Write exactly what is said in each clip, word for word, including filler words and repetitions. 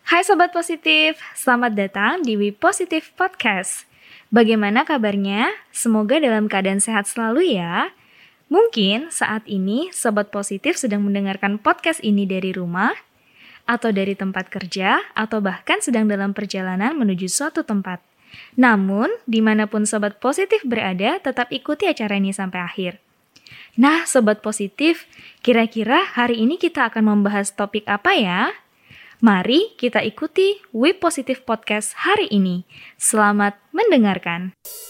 Hai Sobat Positif, selamat datang di We Positive Podcast. Bagaimana kabarnya? Semoga dalam keadaan sehat selalu ya. Mungkin saat ini Sobat Positif sedang mendengarkan podcast ini dari rumah, atau dari tempat kerja, atau bahkan sedang dalam perjalanan menuju suatu tempat. Namun, dimanapun Sobat Positif berada, tetap ikuti acara ini sampai akhir. Nah, Sobat Positif, kira-kira hari ini kita akan membahas topik apa ya? Mari kita ikuti We Positive Podcast hari ini. Selamat mendengarkan.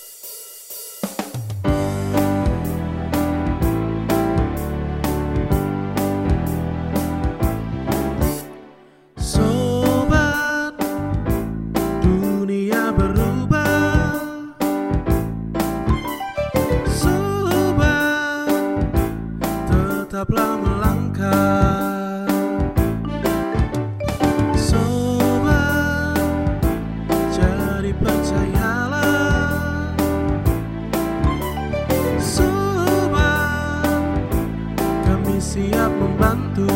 Sobat, dunia berubah. Sobat, tetaplah melangkah. Siap membantu.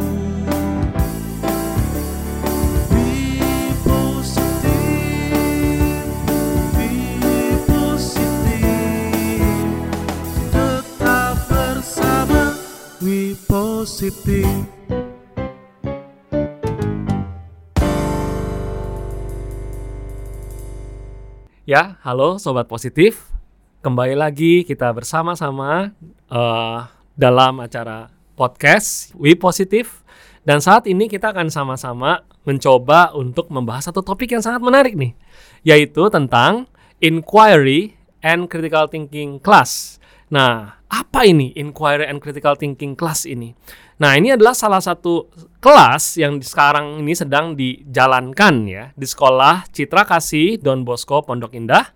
Be positif, be positif, tetap bersama We Positif. Ya, halo Sobat Positif. Kembali lagi kita bersama-sama uh, dalam acara podcast We Positif. Dan saat ini kita akan sama-sama mencoba untuk membahas satu topik yang sangat menarik nih, yaitu tentang Inquiry and Critical Thinking Class. Nah, apa ini Inquiry and Critical Thinking Class ini? Nah, ini adalah salah satu kelas yang sekarang ini sedang dijalankan ya di Sekolah Citra Kasih Don Bosco Pondok Indah.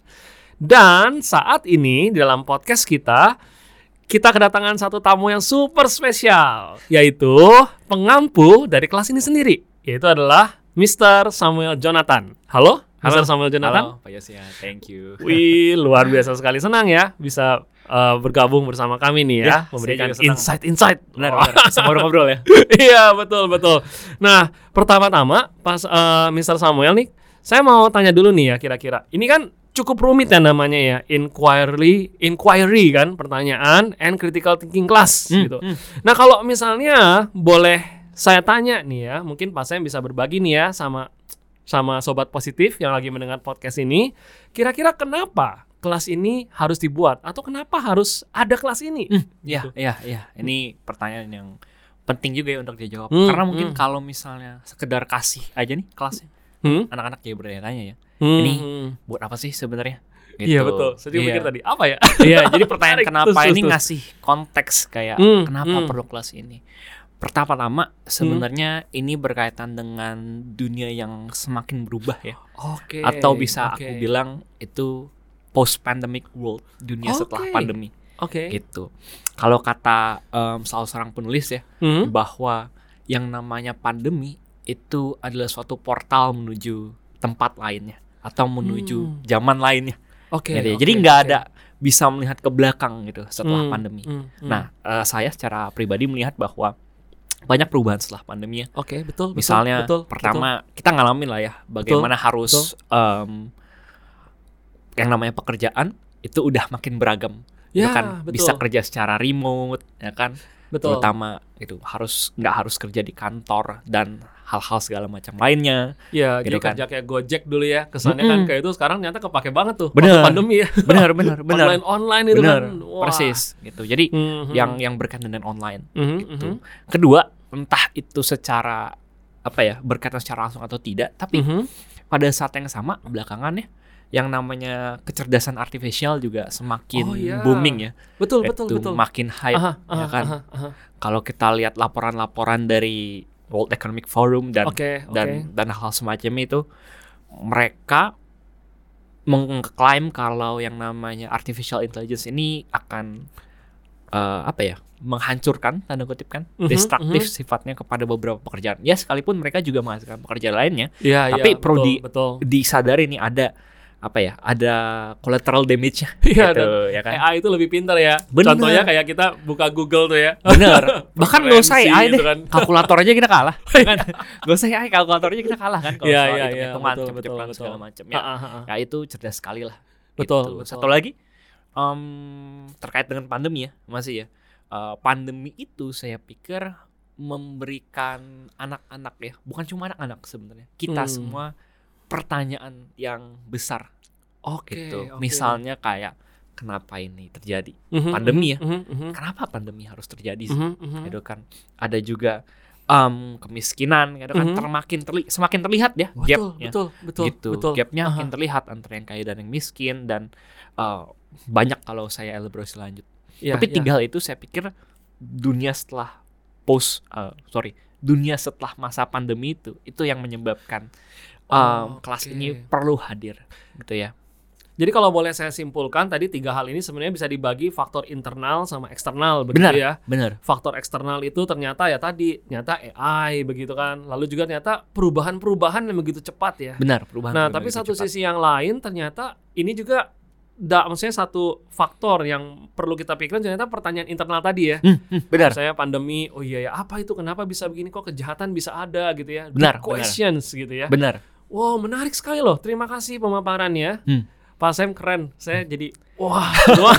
Dan saat ini dalam podcast kita kita kedatangan satu tamu yang super spesial, yaitu pengampu dari kelas ini sendiri, yaitu adalah mister Samuel Jonathan. Halo, Halo mister Samuel Jonathan. Halo, Pak Yosia, thank you. Wih, luar biasa sekali, senang ya bisa uh, bergabung bersama kami nih ya, ya memberikan saya juga senang. insight-insight. Benar, benar. Bisa ngobrol-ngobrol ya. Iya, betul, betul. Nah, pertama-tama pas uh, mister Samuel nih, saya mau tanya dulu nih ya, kira-kira ini kan cukup rumit ya namanya ya, inquiry, inquiry kan, pertanyaan and critical thinking class hmm, gitu. Hmm. Nah, kalau misalnya boleh saya tanya nih ya, mungkin Pak Sam bisa berbagi nih ya sama sama Sobat Positif yang lagi mendengar podcast ini, kira-kira kenapa kelas ini harus dibuat atau kenapa harus ada kelas ini? Hmm, ya, gitu. ya, ya. Ini pertanyaan yang penting juga ya untuk dijawab. Hmm, Karena mungkin hmm. kalau misalnya sekedar kasih aja nih kelasnya, Hmm? anak-anak ya bertanya-tanya ya. Hmm. Ini buat apa sih sebenarnya? Gitu. Iya betul. Saya Iya. pikir tadi apa ya? Iya, jadi pertanyaan Menarik. kenapa Terus, ini terus, ngasih konteks kayak Hmm, kenapa hmm. perlu kelas ini. Pertama-tama sebenarnya ini berkaitan dengan dunia yang semakin berubah ya. Oke. Atau bisa oke. aku bilang itu post pandemic world, dunia Oke. setelah pandemi. Oke. Gitu. Kalau kata um, salah seorang penulis ya, Hmm? bahwa yang namanya pandemi itu adalah suatu portal menuju tempat lainnya atau menuju Hmm. zaman lainnya. Oke. Gitu ya. oke, Jadi nggak oke. ada bisa melihat ke belakang gitu setelah Hmm, pandemi. hmm, hmm. Nah, uh, saya secara pribadi melihat bahwa banyak perubahan setelah pandemi ya. Oke, betul, betul. Misalnya betul, pertama kita ngalamin lah ya bagaimana Betul, harus um, yang namanya pekerjaan itu udah makin beragam. Ya, Itu kan betul. bisa kerja secara remote ya kan. betul. Terutama itu harus nggak harus kerja di kantor dan hal-hal segala macam lainnya. Ya, gitu jadi kan. kerja kayak Gojek dulu ya. Kesannya kan Mm-mm. kayak itu sekarang ternyata kepake banget tuh. Bener. Waktu pandemi ya. Benar, benar, benar. Online online itu Benar, kan. Wah. persis gitu. Jadi Mhm. yang yang berkaitan dengan online Mhm, gitu. mhm. Kedua, entah itu secara apa ya, berkaitan secara langsung atau tidak, tapi Mhm. pada saat yang sama belakangan ya yang namanya kecerdasan artificial juga semakin Oh, iya. booming ya. Betul, betul, Itu betul. makin hype Aha, aha, ya kan. aha, aha. Kalau kita lihat laporan-laporan dari World Economic Forum dan Oke, dan oke. dan hal semacam itu, mereka mengklaim kalau yang namanya artificial intelligence ini akan eh, apa ya, menghancurkan tanda kutip kan, Mhm, destruktif mhm. sifatnya kepada beberapa pekerjaan. Ya sekalipun mereka juga menghasilkan pekerjaan lainnya, Iya, tapi iya, perlu betul, di- betul. disadari nih ada apa ya, ada collateral damage-nya Iya, gitu, dan ya kan. A I itu lebih pintar ya. Bener. Contohnya kayak kita buka Google tuh ya. Bener. Bahkan nggak usah A I Preferensi deh, gitu kan. kalkulator aja kita kalah. Kan? Nggak usah A I, kalkulator aja kita kalah kan kalau Iya, soal iya, iya, hitung-hitungan, betul, cepet-cepetan betul, segala betul. macam ya. Ah, ah, ah. Ya itu cerdas sekali lah. Betul, Gitu. betul. Satu lagi em, terkait dengan pandemi ya, masih ya. Eh, pandemi itu saya pikir memberikan anak-anak ya, bukan cuma anak-anak sebenarnya, kita Hmm. semua pertanyaan yang besar. Oke, Gitu. oke. Misalnya kayak kenapa ini terjadi? Mhm, pandemi ya. mhm, mhm, Kenapa pandemi harus terjadi sih? mhm, mhm. Gitu kan. Ada juga em, kemiskinan gitu kan, Mhm. termakin terli- semakin terlihat ya Betul, gapnya. betul, betul, Gitu. betul. Gapnya Aha. makin terlihat antara yang kaya dan yang miskin dan eh, banyak kalau saya elaborasi lanjut. Iya, Tapi iya. tiga hal itu saya pikir dunia setelah post eh, sorry dunia setelah masa pandemi itu itu yang menyebabkan em, Oh, kelas oke. ini perlu hadir gitu ya. Jadi kalau boleh saya simpulkan tadi tiga hal ini sebenarnya bisa dibagi faktor internal sama eksternal begitu Benar, ya. benar. Faktor eksternal itu ternyata ya tadi ternyata A I begitu kan. Lalu juga ternyata perubahan-perubahan yang begitu cepat ya. Benar, perubahan. Nah, tapi satu sisi yang lain ternyata ini juga da, maksudnya satu faktor yang perlu kita pikirkan ternyata pertanyaan internal tadi ya. Hmm, hmm, benar. Saya pandemi, oh iya ya, apa itu? Kenapa bisa begini? Kok kejahatan bisa ada gitu ya? Benar, Big questions gitu ya. Benar. Wow, menarik sekali loh. Terima kasih pemaparannya. Hmm. Pak Sam keren. Saya jadi wah.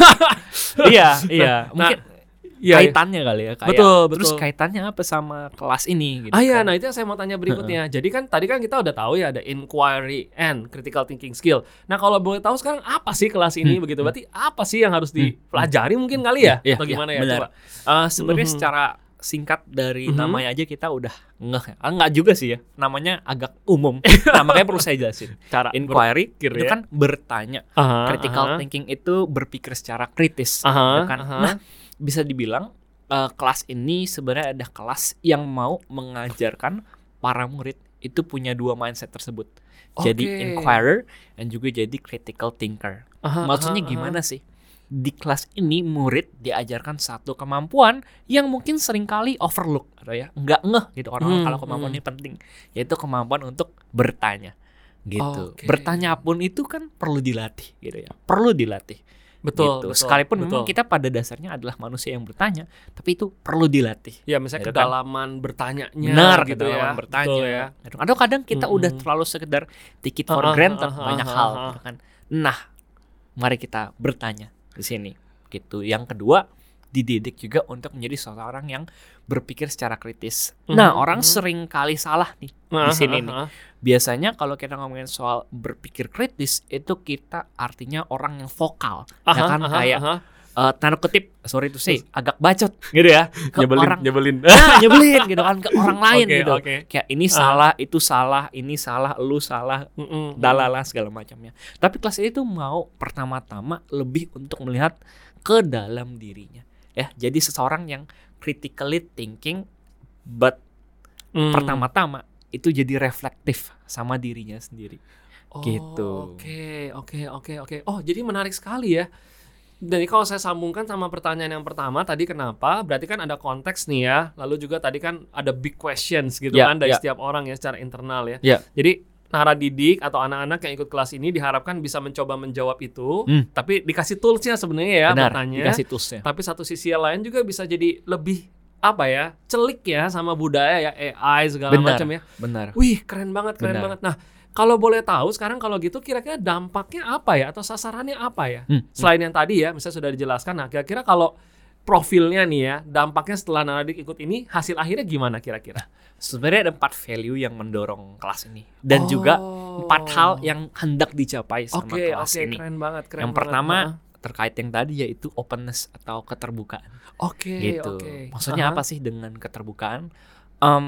iya, iya. Nah, Mungkin iya, iya. kaitannya kali ya, kayak Betul, terus betul. kaitannya apa sama kelas ini gitu. Ah iya, kan. nah itu yang saya mau tanya berikutnya. Jadi kan tadi kan kita udah tahu ya ada inquiry and critical thinking skill. Nah kalau boleh tahu sekarang apa sih kelas ini begitu? Berarti apa sih yang harus dipelajari mungkin kali ya? Iya, Atau iya, gimana ya? benar. Coba. Eh, sebenarnya Mhm. secara singkat dari Mhm. namanya aja kita udah ngeh ya. Ah, enggak juga sih ya. Namanya agak umum. Nah, makanya perlu saya jelasin. Cara Inquiry berpikir itu ya. kan bertanya. Aha, Critical aha. thinking itu berpikir secara kritis. Aha, gitu kan. aha. Nah, bisa dibilang eh, kelas ini sebenarnya ada kelas yang mau mengajarkan para murid itu punya dua mindset tersebut. Jadi Oke. inquirer dan juga jadi critical thinker. Aha, Maksudnya aha, aha. gimana sih? Di kelas ini murid diajarkan satu kemampuan yang mungkin seringkali overlook atau ya nggak ngeh gitu orang Hmm, kalau kemampuan hmm. ini penting, yaitu kemampuan untuk bertanya gitu. Oke. Bertanya pun itu kan perlu dilatih gitu ya, perlu dilatih. Betul, gitu. betul, Sekalipun betul. memang kita pada dasarnya adalah manusia yang bertanya, tapi itu perlu dilatih. Ya misalnya Gitu kan? kedalaman bertanyanya Benar, gitu kedalaman ya. bertanya. Betul ya. Atau kadang kita Mm-mm. udah terlalu sekedar take it for Ah, ah, granted ah, ah, banyak ah, hal ah. gitu kan. Nah, mari kita bertanya di sini gitu. Yang kedua, dididik juga untuk menjadi seseorang yang berpikir secara kritis. Mhm, Nah, orang mhm. sering kali salah nih Ah, di sini ah, nih. ah. Biasanya kalau kita ngomongin soal berpikir kritis itu kita artinya orang yang vokal, ya Aha, kan aha, kayak aha. eh, tanda kutip sorry to say agak bacot gitu ya ke Nyebelin, orang nyebelin. nah, nyebelin gitu kan ke orang lain Oke, gitu. oke. Kayak ini salah, itu salah, ini salah, lu salah, Mm-mm. dalala segala macamnya. Tapi kelas ini tuh mau pertama-tama lebih untuk melihat ke dalam dirinya. Ya, jadi seseorang yang critically thinking but Mm. pertama-tama itu jadi reflektif sama dirinya sendiri. Oh, gitu. Oke, oke, oke, oke. Oh, jadi menarik sekali ya. Jadi kalau saya sambungkan sama pertanyaan yang pertama tadi kenapa? Berarti kan ada konteks nih ya. Lalu juga tadi kan ada big questions gitu Ya, kan dari ya. setiap orang ya secara internal ya. Ya. Jadi Nara didik atau anak-anak yang ikut kelas ini diharapkan bisa mencoba menjawab itu, Hmm. tapi dikasih toolsnya sebenarnya ya Benar, bertanya. dikasih toolsnya. Tapi satu sisi yang lain juga bisa jadi lebih apa ya, celik ya sama budaya ya A I segala Benar. macam ya. Benar. Wih, keren banget, keren Benar. banget. Nah, kalau boleh tahu sekarang kalau gitu kira-kira dampaknya apa ya atau sasarannya apa ya? Hmm, Selain yang tadi ya, misalnya sudah dijelaskan. Nah, kira-kira kalau profilnya nih ya, dampaknya setelah Naradik ikut ini, hasil akhirnya gimana kira-kira? Sebenarnya ada empat value yang mendorong kelas ini dan juga empat hal yang hendak dicapai sama Oke, kelas oke, ini. keren banget, keren Yang banget. pertama Heeh. terkait yang tadi yaitu openness atau keterbukaan. Oke, Gitu. oke. Maksudnya Aha. apa sih dengan keterbukaan? Em,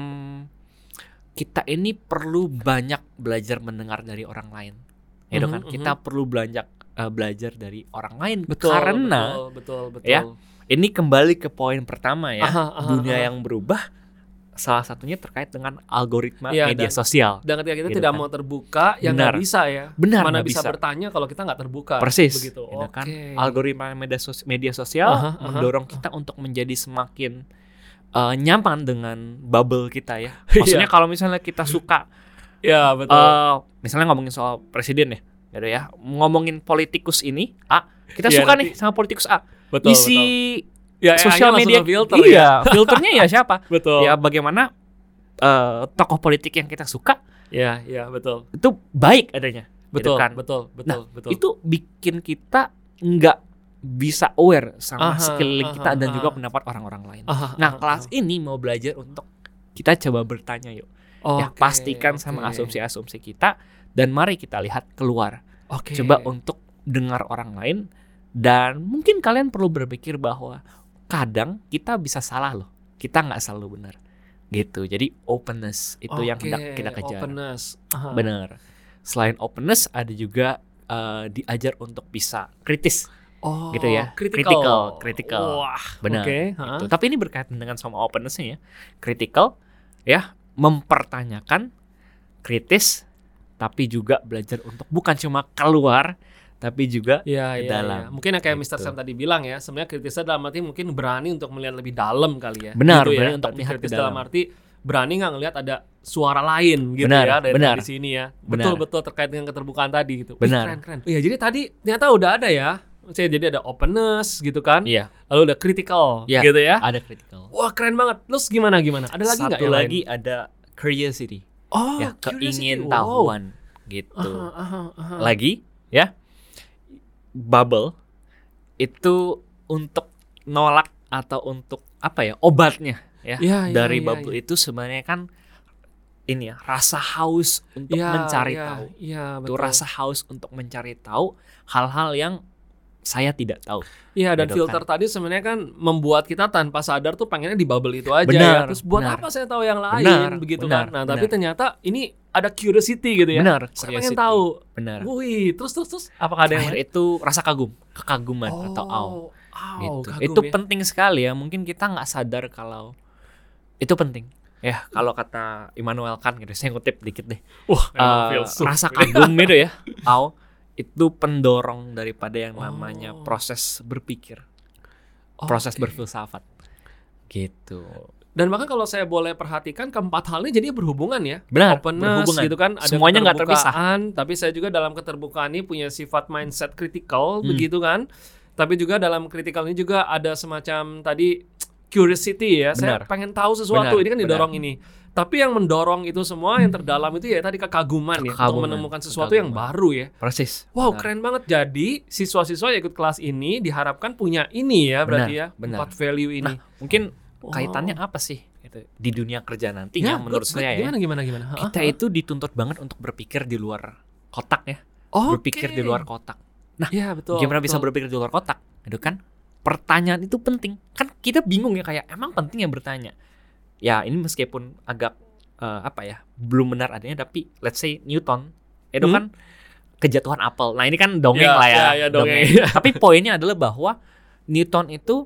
kita ini perlu banyak belajar mendengar dari orang lain. Ya Mhm, kan? mhm. Kita perlu banyak eh, belajar dari orang lain Betul, karena betul, betul, betul. ya, ini kembali ke poin pertama ya, Aha, aha, dunia aha. yang berubah. Salah satunya terkait dengan algoritma Iya, media dan- sosial. Dan ketika kita Gitu tidak kan. mau terbuka, ya nggak Benar. bisa ya. Benar, Mana nggak bisa, bisa. bertanya kalau kita nggak terbuka. Persis, Begitu. gitu kan? Oke. Algoritma media, sos- media sosial Aha, aha. mendorong kita untuk menjadi semakin uh, nyaman dengan bubble kita ya. Iya. Maksudnya kalau misalnya kita suka, Ya, betul. uh, misalnya ngomongin soal presiden ya, gitu ya. Ngomongin politikus ini A, kita Iya, suka nanti- nih sama politikus A. Betul, Isi Ya, sosial A I-nya media langsung filter iya, ya. filternya ya siapa? Betul. Ya bagaimana eh, tokoh politik yang kita suka Ya, ya, betul. itu baik adanya. Betul, gitu kan. betul, betul, Nah, betul. itu bikin kita nggak bisa aware sama Aha, sekeliling kita aha, dan aha. juga pendapat orang-orang lain. Aha, Nah, aha, kelas ini mau belajar untuk kita coba bertanya yuk. Ya, Oke, pastikan sama oke. asumsi-asumsi kita dan mari kita lihat keluar. Oke. Coba untuk dengar orang lain dan mungkin kalian perlu berpikir bahwa kadang kita bisa salah loh. Kita nggak selalu benar. Gitu. Jadi openness itu yang Oke, hendak kita kejar. Openness. Aha. Benar. Selain openness ada juga eh, diajar untuk bisa kritis. Oh, Gitu ya. Critical. Critical, critical. Wah, Benar. Oke, Gitu. ha. Tapi ini berkaitan dengan sama openness-nya ya. Critical ya, mempertanyakan, kritis, tapi juga belajar untuk bukan cuma keluar tapi juga Ya, ke ya, dalam. ya. Mungkin yang kayak mister Gitu. Sam tadi bilang ya, sebenarnya kritisnya dalam arti mungkin berani untuk melihat lebih dalam kali ya. Benar, gitu berani ya. untuk Berarti melihat kritis ke dalam. dalam arti berani nggak ngelihat ada suara lain gitu Benar, ya dari benar. di sini ya. Benar. Betul betul terkait dengan keterbukaan tadi gitu. Wih, Benar. keren keren. Iya, jadi tadi ternyata udah ada ya. Saya jadi ada openness gitu kan. Iya, Lalu ada critical Iya. gitu ya. ada critical. Wah, keren banget. Terus gimana gimana? Ada lagi nggak Satu yang lagi lain? ada curiosity. Oh, Ya, curiosity. keingin Wow. tahuan gitu. Aha, aha, aha. Lagi ya, bubble itu untuk nolak atau untuk apa ya, obatnya ya. Iya, iya, Dari iya, bubble iya. itu sebenarnya kan ini ya, rasa haus untuk Iya, mencari iya, tahu. Iya, Itu betul. rasa haus untuk mencari tahu hal-hal yang saya tidak tahu. Iya, dan Gitu filter tadi sebenarnya kan membuat kita tanpa sadar tuh pengennya di bubble itu aja Benar, ya. Terus buat benar. apa saya tahu yang lain Benar, begitu benar, kan. Nah, benar. tapi ternyata ini ada curiosity gitu ya. Benar, Saya pengen curiosity. tahu. Benar. Wih, terus terus terus apakah ada yang Terakhir lain? itu rasa kagum, kekaguman atau awe. Oh, awe, Gitu. kagum Itu ya. penting sekali ya. Mungkin kita nggak sadar kalau itu penting. Ya, kalau kata Immanuel Kant gitu, saya ngutip dikit deh. Wah, emang Eh, filsuf. rasa kagum gitu ya, awe itu pendorong daripada yang namanya Oh. proses berpikir, proses Oke. berfilsafat. Gitu. Dan bahkan kalau saya boleh perhatikan keempat hal ini jadi berhubungan ya. Benar, Openness berhubungan. gitu kan, ada Semuanya nggak terpisah. keterbukaan, tapi saya juga dalam keterbukaan ini punya sifat mindset critical Hmm. begitu kan. Tapi juga dalam critical ini juga ada semacam tadi curiosity ya. Saya Benar. pengen tahu sesuatu, Benar, ini kan didorong ini. Tapi yang mendorong itu semua yang terdalam itu ya tadi kekaguman, ya, untuk Kekaguman, menemukan sesuatu yang kekaguman. baru ya. Persis. Wow, Benar. keren banget. Jadi siswa-siswa yang ikut kelas ini diharapkan punya ini ya, berarti Benar, ya, benar. empat value ini. Nah, mungkin Wow. kaitannya apa sih gitu, di dunia kerja nantinya Ya, menurut good, saya good. ya. Gimana gimana gimana? Ha, Kita ha. itu dituntut banget untuk berpikir di luar kotak ya. Oke. Berpikir di luar kotak. Nah, Ya, betul. gimana bisa betul. berpikir di luar kotak? Itu kan pertanyaan itu penting. Kan kita bingung ya, kayak emang penting ya bertanya. Ya, ini meskipun agak eh, apa ya, belum benar adanya, tapi let's say Newton itu Hmm? kan kejatuhan apel. Nah, ini kan dongeng Ya, lah ya. ya, ya, dongeng. Tapi poinnya adalah bahwa Newton itu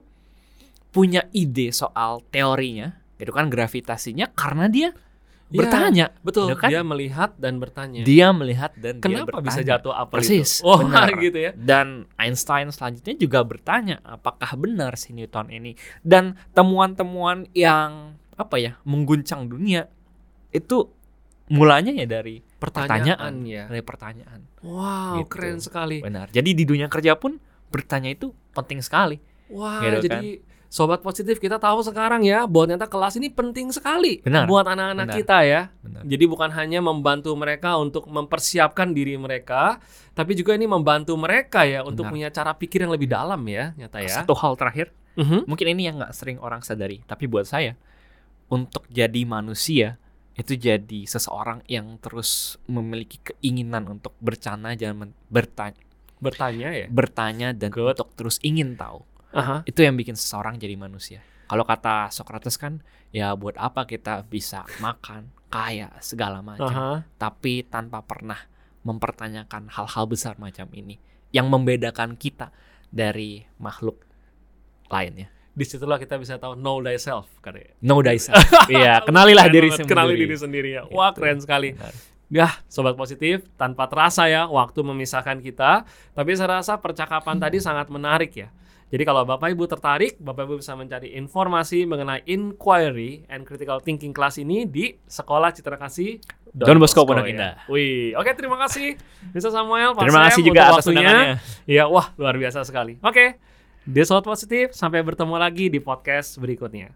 punya ide soal teorinya, itu kan gravitasinya, karena dia Ya, bertanya. Betul. Itu kan Dia melihat dan bertanya. dia melihat dan Kenapa dia bisa bertanya. jatuh apel Persis, itu? Oh, benar. gitu ya. Dan Einstein selanjutnya juga bertanya apakah benar si Newton ini, dan temuan-temuan yang apa ya, mengguncang dunia itu mulanya ya dari Pertanyaan, pertanyaan, ya. dari pertanyaan. Wow, Gitu. keren sekali. Benar. Jadi di dunia kerja pun bertanya itu penting sekali. Wah, Gitu jadi sobat positif kita tahu sekarang ya bahwa ternyata kelas ini penting sekali Benar, buat anak-anak benar. kita ya. Benar. Jadi bukan hanya membantu mereka untuk mempersiapkan diri mereka, tapi juga ini membantu mereka ya untuk Benar. punya cara pikir yang lebih dalam ya, nyata ya. Satu hal terakhir, Mhm. mungkin ini yang nggak sering orang sadari, tapi buat saya, untuk jadi manusia itu jadi seseorang yang terus memiliki keinginan untuk bercana, jangan men- bertanya, Bertanya ya. bertanya dan Good. untuk terus ingin tahu. Aha. Itu yang bikin seseorang jadi manusia. Kalau kata Socrates kan, ya buat apa kita bisa makan, kaya, segala macam, Aha. tapi tanpa pernah mempertanyakan hal-hal besar macam ini yang membedakan kita dari makhluk lainnya. Disitulah kita bisa tahu know thyself kan ya. Know thyself. Iya, kenalilah Keren diri banget, sendiri. Kenali diri sendiri ya. Wah, Gitu. keren sekali. Benar. Ya, sobat positif, tanpa terasa ya waktu memisahkan kita, tapi saya rasa percakapan tadi sangat menarik ya. Jadi kalau Bapak Ibu tertarik, Bapak Ibu bisa mencari informasi mengenai inquiry and critical thinking class ini di Sekolah Citra Kasih Don Bosco Pondok ya. Indah. Wih, oke terima kasih mister Samuel, Pak Terima Sam, kasih juga untuk atas waktunya. undangannya. Iya, wah luar biasa sekali. Oke, dia Sobat Positif, sampai bertemu lagi di podcast berikutnya.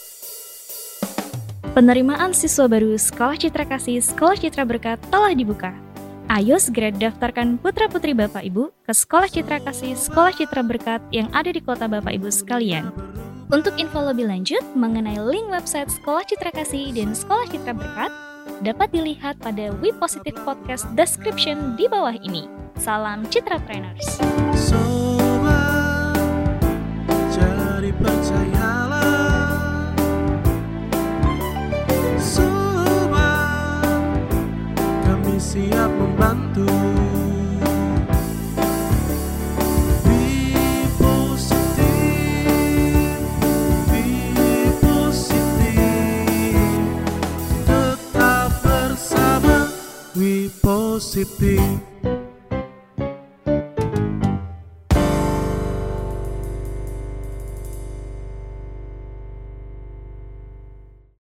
Penerimaan siswa baru Sekolah Citra Kasih Sekolah Citra Berkat telah dibuka. Ayo segera daftarkan putra-putri Bapak Ibu ke Sekolah Citra Kasih Sekolah Citra Berkat yang ada di kota Bapak Ibu sekalian. Untuk info lebih lanjut mengenai link website Sekolah Citra Kasih dan Sekolah Citra Berkat dapat dilihat pada We Positive Podcast description di bawah ini. Salam Citrapreneurs. Sobat, jadi percayalah. Sobat, kami siap membantu. Be positive, be positive, tetap bersama We Positive.